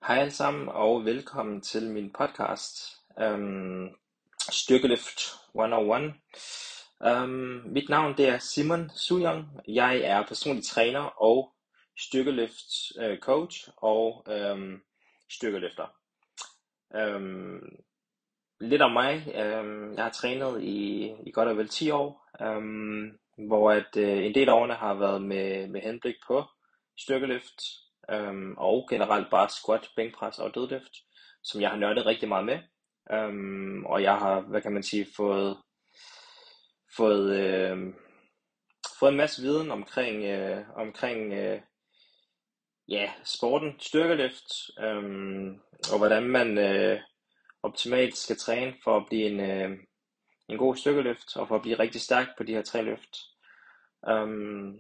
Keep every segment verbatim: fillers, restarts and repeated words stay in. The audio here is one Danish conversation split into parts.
Hej alle sammen og velkommen til min podcast, øhm, Styrkeløft et nul et. Øhm, mit navn det er Simon Suyong. Jeg er personlig træner og styrkeløft øh, coach og øhm, styrkeløfter. Øhm, lidt om mig. Øhm, jeg har trænet i, i godt og vel ti år, øhm, hvor at, øh, en del af årene har været med, med henblik på styrkeløft, øhm, og generelt bare squat, bænkpres og dødløft, som jeg har nørdet rigtig meget med. Øhm, og jeg har, hvad kan man sige, fået, fået, øh, fået en masse viden omkring, øh, omkring øh, ja, sporten, styrkeløft, øhm, og hvordan man øh, optimalt skal træne for at blive en, øh, en god styrkeløft, og for at blive rigtig stærk på de her tre løft. Um,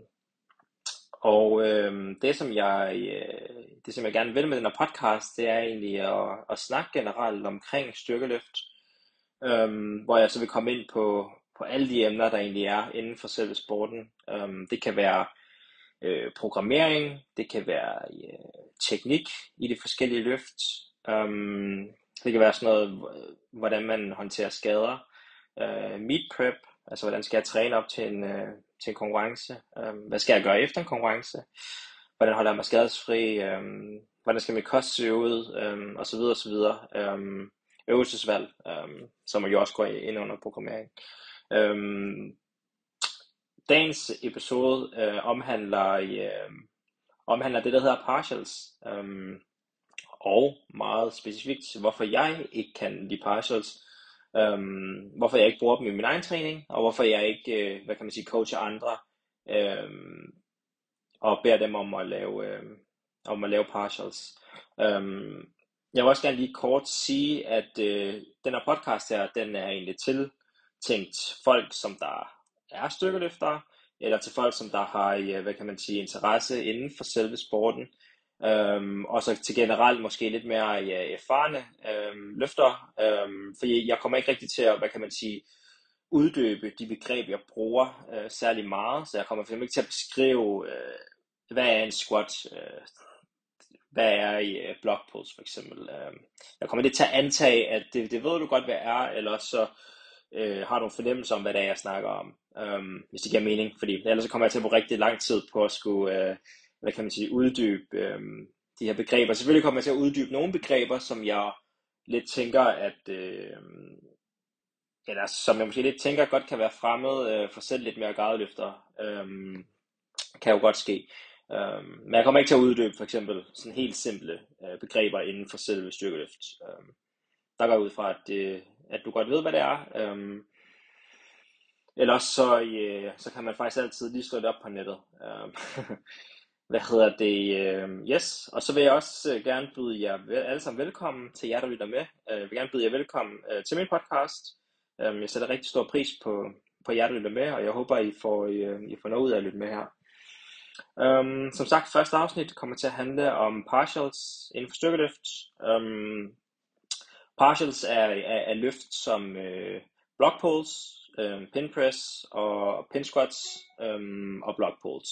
og øhm, det som jeg øh, det som jeg gerne vil med den her podcast, det er egentlig at, at snakke generelt omkring styrkeløft, øhm, hvor jeg så vil komme ind på på alle de emner der egentlig er inden for selve sporten. Um, det kan være øh, programmering, det kan være øh, teknik i de forskellige løft. Um, det kan være sådan noget, hvordan man håndterer skader, uh, meet prep, altså hvordan skal jeg træne op til en, uh, til en konkurrence, um, hvad skal jeg gøre efter en konkurrence, hvordan holder jeg mig skadesfri, um, hvordan skal mit kost se ud, um, og så videre og så videre. Um, øvelsesvalg, um, som jo også går ind under programmering. Um, Dagens episode øh, omhandler, øh, omhandler det, der hedder partials, øhm, og meget specifikt, hvorfor jeg ikke kan lide partials, øhm, hvorfor jeg ikke bruger dem i min egen træning, og hvorfor jeg ikke, øh, hvad kan man sige, coacher andre, øhm, og beder dem om at lave, øh, om at lave partials. Øhm, jeg vil også gerne lige kort sige, at øh, den her podcast her, den er egentlig tiltænkt folk, som der er styrkeløftere, eller til folk, som der har, øh, hvad kan man sige, interesse inden for selve sporten. Øhm, og så til generelt måske lidt mere ja, erfarne øhm, løftere, øhm, for jeg kommer ikke rigtig til at, hvad kan man sige, uddybe de begreb, jeg bruger øh, særlig meget, så jeg kommer for ikke til at beskrive, øh, hvad er en squat, øh, hvad er i øh, block pulls for eksempel. Øh, jeg kommer lidt til at antage, at det, det ved du godt, hvad er, eller så øh, har du en fornemmelse om, hvad det er, jeg snakker om, øh, hvis det giver mening, fordi ellers så kommer jeg til at bruge rigtig lang tid på at skulle, øh, hvad kan man sige, uddybe øh, de her begreber. Selvfølgelig kommer jeg til at uddybe nogle begreber, som jeg lidt tænker, at øh, eller som jeg måske lidt tænker godt kan være fremmed øh, for selv lidt mere gadeløfter, øhm, kan jo godt ske. Øhm, men jeg kommer ikke til at uddybe for eksempel sådan helt simple øh, begreber inden for selve styrkeløft. Øhm, der går jeg ud fra, at, det, at du godt ved, hvad det er. Øhm, ellers så, øh, så kan man faktisk altid lige slå det op på nettet. Øhm, hvad hedder det? Øh, yes, og så vil jeg også øh, gerne byde jer vel- alle sammen velkommen til jer, der lytter med. Øh, jeg vil gerne byde jer velkommen øh, til min podcast. Um, jeg sætter rigtig stor pris på, på jer, der lytter med, og jeg håber, I får, I, I får noget ud af at lytte med her. Um, som sagt, første afsnit kommer til at handle om partials inden for styrkeløft. Um, partials er, er, er løft som øh, block pulls, øh, pin press og pin squats øh, og block pulls.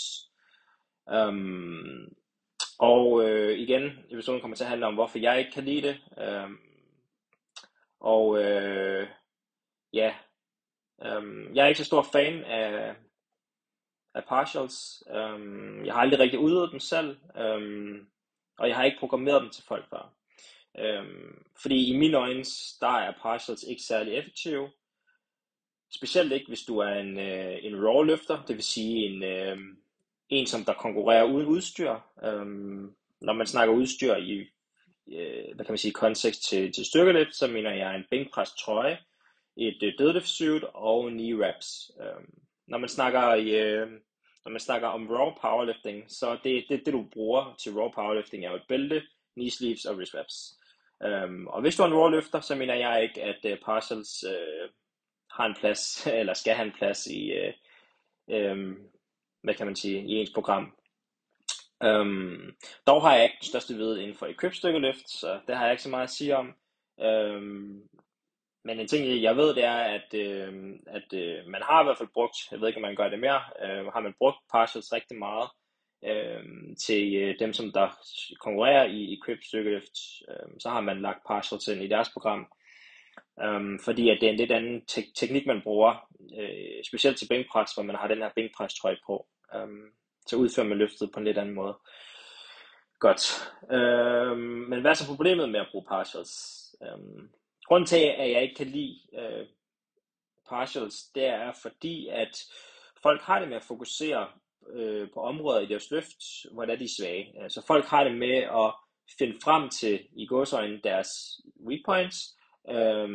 Um, og øh, igen, episoden kommer til at handle om, hvorfor jeg ikke kan lide det. Um, og øh, ja, Um, jeg er ikke så stor fan af, af partials. Um, jeg har aldrig rigtig udøvet dem selv, um, og jeg har ikke programmeret dem til folk før. Um, fordi i mine øjne, der er partials ikke særlig effektive. Specielt ikke, hvis du er en, uh, en raw løfter, det vil sige en, uh, en som der konkurrerer uden udstyr. Um, når man snakker udstyr i uh, hvad kan man sige, kontekst til, til styrkeløft, så mener jeg en bænkpres trøje, et øh, dødløftsuit og knee wraps. Øhm, når man snakker øh, når man snakker om raw powerlifting, så det det, det du bruger til raw powerlifting er jo et bælte, knee sleeves og wrist wraps. Øhm, og hvis du er en raw løfter, så mener jeg ikke, at øh, partials øh, har en plads eller skal have en plads i øh, øh, hvad kan man sige, i ens program. Øhm, dog har jeg ikke den største viden inden for equip-stykkeløft, så det har jeg ikke så meget at sige om. Øhm, Men en ting, jeg ved, det er, at, øh, at øh, man har i hvert fald brugt, jeg ved ikke, om man gør det mere, øh, har man brugt partials rigtig meget øh, til øh, dem, som der konkurrerer i, i crib styrkeløft, øh, så har man lagt partials ind i deres program, øh, fordi at det er en lidt anden te- teknik, man bruger, øh, specielt til bænkpres, hvor man har den her bænkpres trøje på, øh, så udfører man løftet på en lidt anden måde. Godt. Øh, men hvad er så problemet med at bruge partials? Øh, grunden til, at jeg ikke kan lide øh, partials, det er fordi, at folk har det med at fokusere øh, på områder i deres løft, hvor der er de svage. Så folk har det med at finde frem til, i gåseøjne, deres weak points, øh,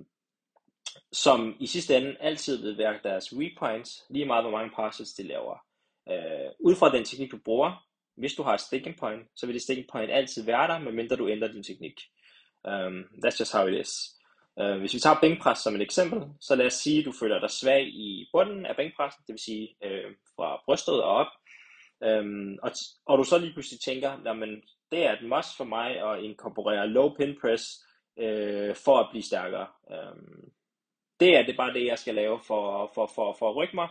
som i sidste ende altid vil være deres weak points, lige meget hvor mange partials de laver. Øh, ud fra den teknik, du bruger, hvis du har et sticking point, så vil det sticking point altid være der, medmindre du ændrer din teknik. Um, that's just how it is. Uh, hvis vi tager bænkpres som et eksempel, så lad os sige, at du føler dig svag i bunden af bænkpressen, det vil sige uh, fra brystet og op, um, og, og du så lige pludselig tænker, jamen, det er et must for mig at inkorporere low pin press uh, for at blive stærkere. Um, det er det bare det, jeg skal lave for, for, for, for at rykke mig.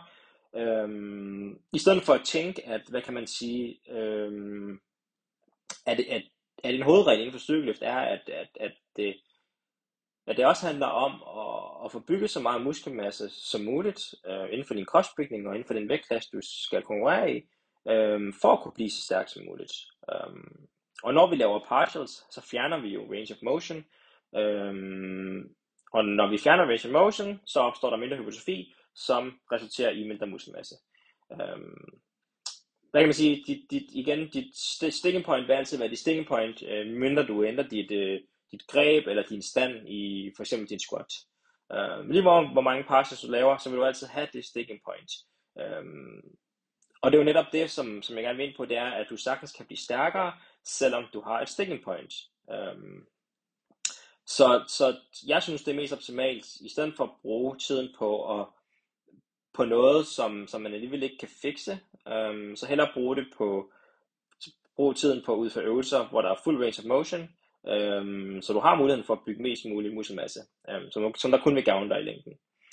Um, I stedet for at tænke, at, hvad kan man sige, um, at, at, at en hovedregel inden for styrkeløft er, at, at, at, det, at det også handler om at, at få bygget så meget muskelmasse som muligt uh, inden for din kropsbygning og inden for den vægtklasse, du skal konkurrere i, um, for at kunne blive så stærk som muligt. Um, og når vi laver partials, så fjerner vi jo range of motion, um, og når vi fjerner range of motion, så opstår der mindre hypotrofi, som resulterer i mindre muskelmasse. Um, hvad kan man sige, dit, dit, igen, dit sticking point vil altid være dit sticking point, øh, mindre du ændrer dit, øh, dit greb eller din stand i for eksempel din squat. Øh, lige hvor, hvor mange partials du laver, så vil du altid have det sticking point. Øh, og det er jo netop det, som, som jeg gerne vil ind på, det er, at du sagtens kan blive stærkere, selvom du har et sticking point. Øh, så, så jeg synes, det er mest optimalt, i stedet for at bruge tiden på at på noget, som, som man alligevel ikke kan fikse, um, så hellere bruge det på bruge tiden på at udføre øvelser, hvor der er fuld range of motion, um, så du har muligheden for at bygge mest mulig muskelmasse, um, som, som der kun vil gavne dig i længden.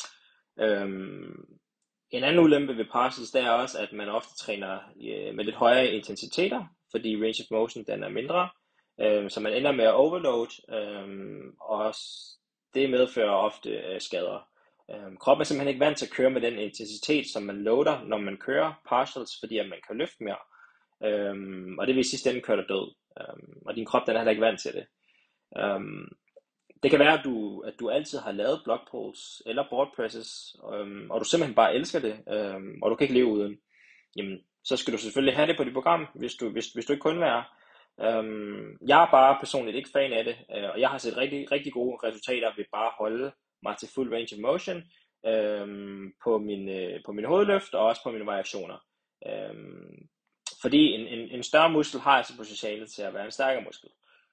Um, en anden ulempe ved partials, det er også, at man ofte træner uh, med lidt højere intensiteter, fordi range of motion den er mindre, um, så man ender med at overload, um, og det medfører ofte uh, skader. Øhm, kroppen er simpelthen ikke vant til at køre med den intensitet, som man loader, når man kører partials, fordi at man kan løfte mere. Øhm, og det vil i sidste ende køre dig død. Øhm, og din krop den er heller ikke vant til det. Øhm, det kan være, at du, at du altid har lavet block pulls eller board presses, øhm, og du simpelthen bare elsker det, øhm, og du kan ikke leve uden. Jamen, så skal du selvfølgelig have det på dit program, hvis du, hvis, hvis du ikke kun være. Øhm, jeg er bare personligt ikke fan af det, øh, og jeg har set rigtig, rigtig gode resultater ved bare at holde mig til fuld range of motion øhm, på, min, øh, på min hovedløft og også på mine variationer. Øhm, fordi en, en, en større muskel har altså potentiale til at være en stærkere muskel.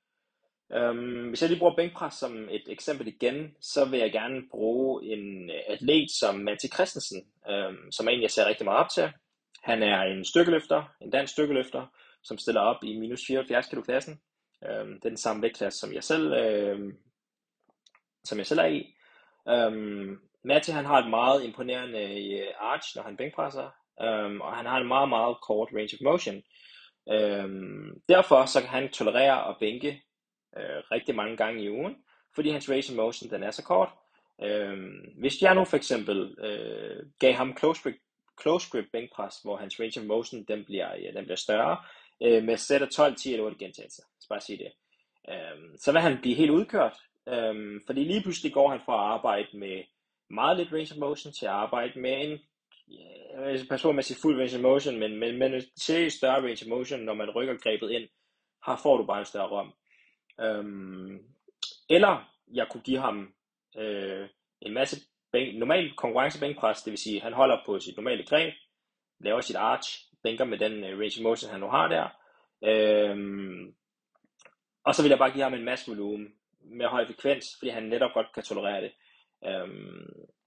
Øhm, hvis jeg lige bruger bænkpres som et eksempel igen, så vil jeg gerne bruge en atlet som Matti Christensen, øhm, som egentlig jeg ser rigtig meget op til. Han er en styrkeløfter, en dansk styrkeløfter, som stiller op i minus fireoghalvfjerds kilo klassen. Øhm, det er den samme vægtklasse, som jeg selv, øhm, som jeg selv er i. Um, Matti han har et meget imponerende arch, når han bænkpresser, um, og han har en meget, meget kort range of motion. Um, derfor så kan han tolerere at bænke uh, rigtig mange gange i ugen, fordi hans range of motion den er så kort. Um, hvis jeg nu for eksempel uh, gav ham close grip, close grip bænkpres, hvor hans range of motion den bliver, ja, den bliver større, uh, med sæt af tolv, ti eller otte gentagelser, så bare sige det. Um, så vil han blive helt udkørt. Øhm, fordi lige pludselig går han fra at arbejde med meget lidt range of motion til at arbejde med en, jeg vil passe på med at sige fuld range of motion, men, men, men en seriøst større range of motion, når man rykker grebet ind, her får du bare en større rom. Øhm, eller jeg kunne give ham øh, en masse bænk, normal konkurrencebænkpres, det vil sige, at han holder på sit normale greb, laver sit arch, bænker med den øh, range of motion, han nu har der, øhm, og så vil jeg bare give ham en masse volumen med høj frekvens, fordi han netop godt kan tolerere det. Øhm,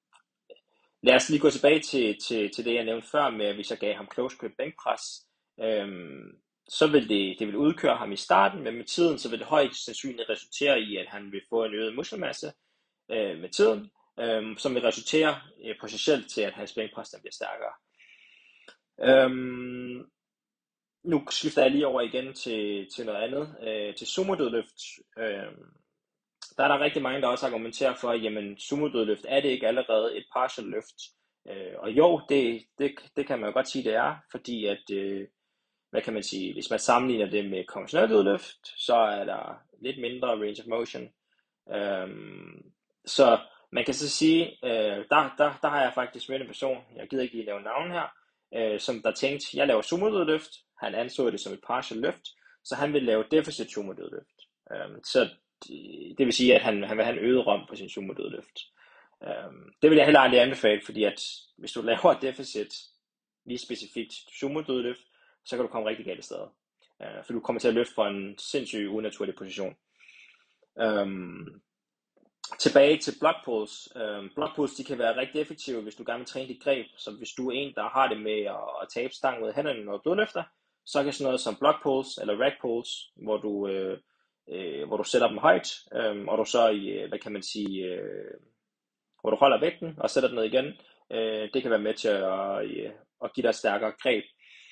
lad os lige gå tilbage til, til, til det, jeg nævnte før, med at hvis jeg gav ham close grip bænkpres, øhm, så vil det, det vil udkøre ham i starten, men med tiden, så vil det højst sandsynligt resultere i, at han vil få en øget muskelmasse øh, med tiden, øh, som vil resultere øh, potentielt til, at hans bænkpres bliver stærkere. Øhm, Nu skifter jeg lige over igen til, til noget andet, øh, til sumo dødløft. Øh, der er der rigtig mange, der også argumenterer for, at jamen, sumo dødløft, er det ikke allerede et partial løft? Øh, og jo, det, det, det kan man jo godt sige, det er, fordi at, øh, hvad kan man sige, hvis man sammenligner det med konventionel dødløft, så er der lidt mindre range of motion. Øhm, så man kan så sige, øh, der, der, der har jeg faktisk mødt en person, jeg gider ikke lige lave navn her, øh, som der tænkte, jeg laver sumo dødløft, han anså det som et partial løft, så han vil lave deficit sumo dødløft. Øhm, så det, det vil sige, at han, han vil have en øget rom på sin sumo dødløft. Øhm, det vil jeg heller aldrig anbefale, fordi at hvis du laver deficit lige specifikt sumo dødløft, så kan du komme rigtig galt af sted. Øh, for du kommer til at løfte fra en sindssygt unaturlig position. Øhm, tilbage til block pulls. Øhm, block pulls, de kan være rigtig effektive, hvis du gerne vil træne dit greb. Så hvis du er en, der har det med at, at tabe stang med hænderne, når du dødløfter, så kan sådan noget som block pulls eller rack pulls, hvor du, øh, øh, hvor du sætter dem højt, øh, og du så i, øh, hvad kan man sige, øh, hvor du holder vægten og sætter den ned igen, øh, det kan være med til at, øh, at give dig et stærkere greb.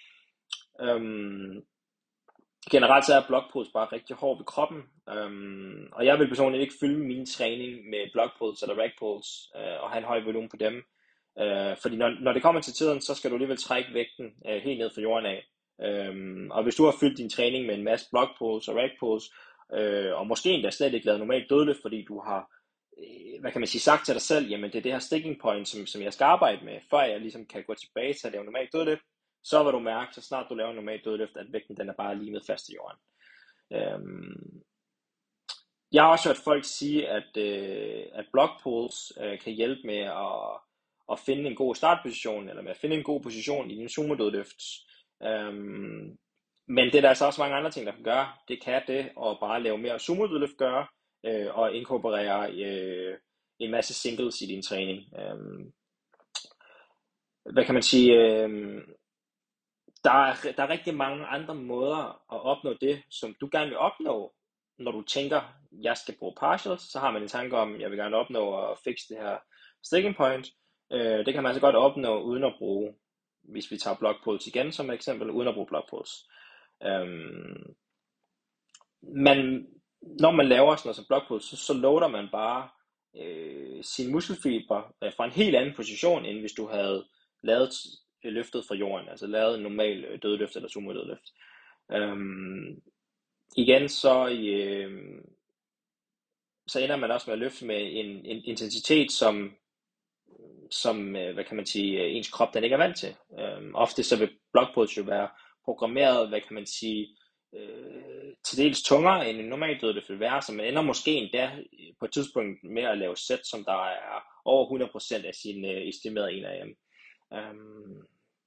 Øhm, generelt så er block pulls bare rigtig hård ved kroppen, øhm, og jeg vil personligt ikke fylde min træning med block pulls eller rack pulls øh, og have en høj volumen på dem, øh, fordi når, når det kommer til tiden, så skal du alligevel trække vægten øh, helt ned fra jorden af, øhm, og hvis du har fyldt din træning med en masse block pulls og rack pulls, øh, og måske endda slet ikke lavet normalt dødløft, fordi du har øh, hvad kan man sige, sagt til dig selv, jamen det er det her sticking point, som, som jeg skal arbejde med, før jeg ligesom kan gå tilbage til at lave normalt dødløft, så vil du mærke, så snart du laver en normal dødløft, at vægten den er bare limet fast i jorden. Øhm, jeg har også hørt folk sige, at, øh, at block pulls øh, kan hjælpe med at, at finde en god startposition, eller med at finde en god position i din sumo dødløft. Øhm, men det er der altså også mange andre ting, der kan gøre. Det kan det at bare lave mere sumo dødløft gøre, øh, og inkorporere øh, en masse singles i din træning. Øhm, hvad kan man sige? Øh, Der er, der er rigtig mange andre måder at opnå det, som du gerne vil opnå, når du tænker, jeg skal bruge partials, så har man en tanke om, jeg vil gerne opnå at fikse det her sticking point. Øh, det kan man altså godt opnå uden at bruge, hvis vi tager block pulls igen som eksempel, uden at bruge block pulls. Øhm, men når man laver sådan noget som block pulls, så, så loader man bare øh, sin muskelfiber øh, fra en helt anden position, end hvis du havde lavet løftet fra jorden, altså lavet en normal dødløft eller sumo dødløft. Øhm, igen så, øh, så ender man også med at løfte med en, en intensitet, som, som øh, hvad kan man sige, ens krop den ikke er vant til. Øhm, ofte så vil block pulls jo være programmeret, hvad kan man sige, øh, til dels tungere end en normal dødløft vil være, så man ender måske endda på et tidspunkt med at lave sæt, som der er over hundrede procent af sin øh, estimerede en A M. Øhm,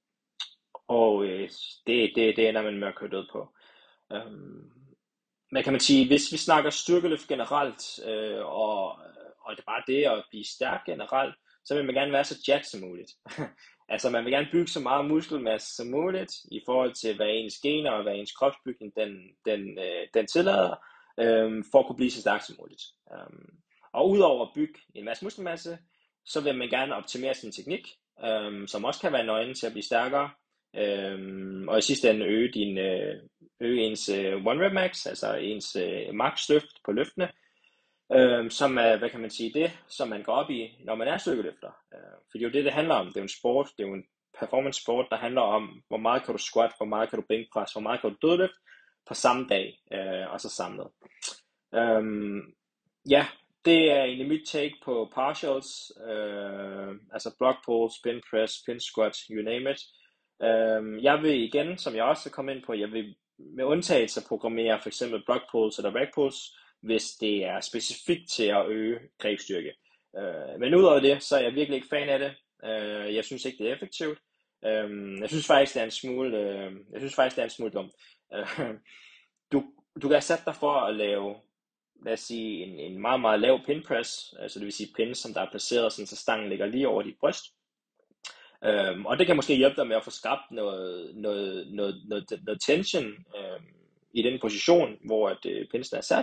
og øh, det, det, det ender man med at køre død på. Øhm, men kan man sige, hvis vi snakker styrkeløft generelt, øh, og, og det er bare det at blive stærk generelt, så vil man gerne være så jacked som muligt. Altså man vil gerne bygge så meget muskelmasse som muligt, i forhold til hvad ens gener og hvad ens kropsbygning den, den, øh, den tillader, øh, for at kunne blive så stærk som muligt. Øhm, og udover at bygge en masse muskelmasse, så vil man gerne optimere sin teknik, øh, som også kan være nøglen til at blive stærkere. Øhm, og i sidste ende øge, din, øh, øge ens øh, one rep max, altså ens øh, max løft på løftene, øhm, som er, hvad kan man sige, det, som man går op i, når man er styrkeløfter. Øh, for det er jo det, det handler om. Det er jo en sport, det er jo en performance sport, der handler om, hvor meget kan du squat, hvor meget kan du bænkpres, hvor meget kan du dødløft på samme dag, øh, og så samlet. Øhm, ja, det er egentlig mit take på partials, øh, altså block pulls, pin press, pin squat, you name it. Øhm, jeg vil igen, som jeg også kom ind på, jeg vil med undtagelse programmere for eksempel block pulls eller rack pulls, hvis det er specifikt til at øge grebstyrke. Øh, men udover det, så er jeg virkelig ikke fan af det. Øh, jeg synes ikke, det er effektivt. Øh, jeg synes faktisk, det er en smule, øh, jeg synes faktisk, det er en smule dumt. Øh, du, du kan sætte dig for at lave, lad os sige, en, en meget, meget lav pin press, altså det vil sige pins, som der er placeret, sådan, så stangen ligger lige over dit bryst. Øhm, og det kan måske hjælpe dig med at få skabt noget, noget, noget, noget, noget tension øhm, i den position, hvor at, øh, pinsen er sat.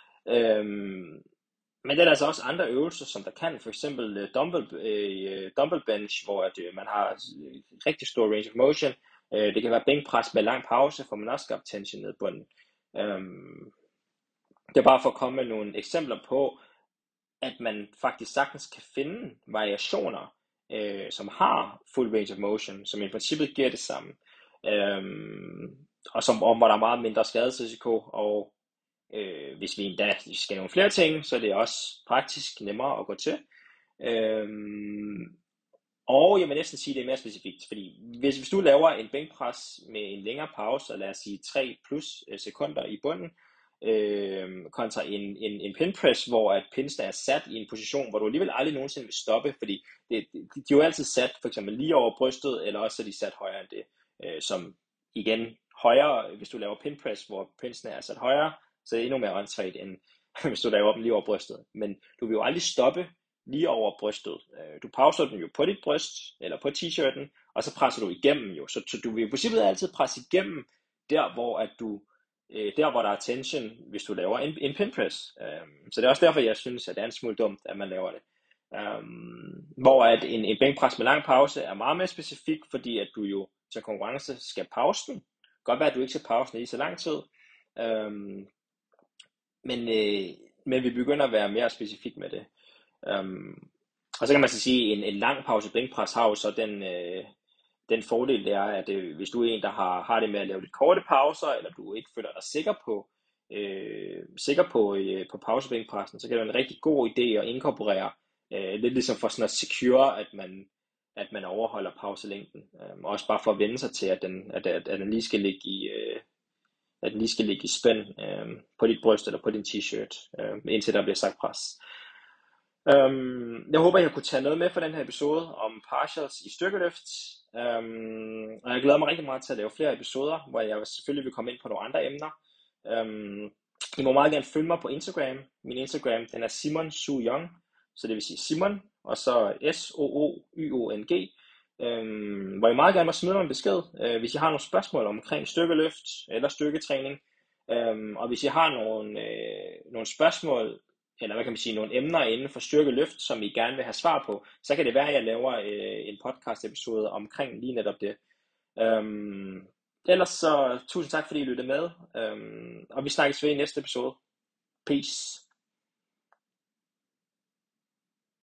Øhm, men der er altså også andre øvelser, som der kan, for eksempel uh, dumbbell, uh, dumbbell bench, hvor at, uh, man har rigtig stor range of motion, Øh, det kan være bænkpres med lang pause, for man også skabt tension ned i bunden. Øhm, det er bare for at komme med nogle eksempler på, at man faktisk sagtens kan finde variationer, øh, som har full range of motion, som i princippet giver det samme, øhm, og som og hvor der er meget mindre skadesrisiko, og øh, hvis vi endda skal nogle flere ting, så er det også praktisk nemmere at gå til. Øhm, og jeg vil næsten sige, at det er mere specifikt, fordi hvis, hvis du laver en bænkpres med en længere pause, og lad os sige tre plus sekunder i bunden, øh, kontra en, en, en pinpress, hvor at pinsene er sat i en position, hvor du alligevel aldrig nogensinde vil stoppe, fordi det, de, de er jo altid sat for eksempel lige over brystet, eller også er de sat højere end det, øh, som igen højere, hvis du laver pinpress, hvor pinsene er sat højere, så er det endnu mere åndssvagt, end hvis du laver dem lige over brystet. Men du vil jo aldrig stoppe lige over brystet. Du pauser den jo på dit bryst, eller på t-shirten, og så presser du igennem jo. Så, så du vil i princippet altid presse igennem der, hvor at du, øh, der hvor der er tension, hvis du laver en, en pinpress. Um, så det er også derfor, jeg synes, at det er en smule dumt, at man laver det. Um, hvor at en, en bænkpres med lang pause er meget mere specifik, fordi at du jo til konkurrence skal pause den. Godt være, at du ikke skal pause den i så lang tid. Um, men, øh, men vi begynder at være mere specifik med det. Um, og så kan man så sige, at en, en lang pause bænkpres har jo så den, øh, den fordel, det er, at øh, hvis du er en, der har, har det med at lave lidt korte pauser, eller du ikke føler dig sikker på, øh, sikker på, øh, på pausebænkpressen, så kan det være en rigtig god idé at inkorporere, øh, lidt ligesom for sådan at secure, at man, at man overholder pauselængden. Um, også bare for at vende sig til, at den, at, at, at den lige skal ligge i, øh, at den lige skal ligge i spænd øh, på dit bryst eller på din t-shirt, øh, indtil der bliver sagt pres. Um, jeg håber, jeg kunne tage noget med for den her episode om partials i styrkeløft. Um, og jeg glæder mig rigtig meget til at lave flere episoder, hvor jeg selvfølgelig vil komme ind på nogle andre emner. Um, I må meget gerne følge mig på Instagram. Min Instagram, den er Simon Su Young, så det vil sige Simon, og så S O O Y O N G. Um, hvor I meget gerne må smide mig en besked, uh, hvis I har nogle spørgsmål omkring styrkeløft eller styrketræning. Um, og hvis I har nogle, uh, nogle spørgsmål, eller hvad kan man sige, nogle emner inden for styrkeløft, som I gerne vil have svar på, så kan det være, at jeg laver øh, en podcast episode omkring lige netop det. Um, ellers så tusind tak, fordi I lyttede med, um, og vi snakkes ved i næste episode. Peace.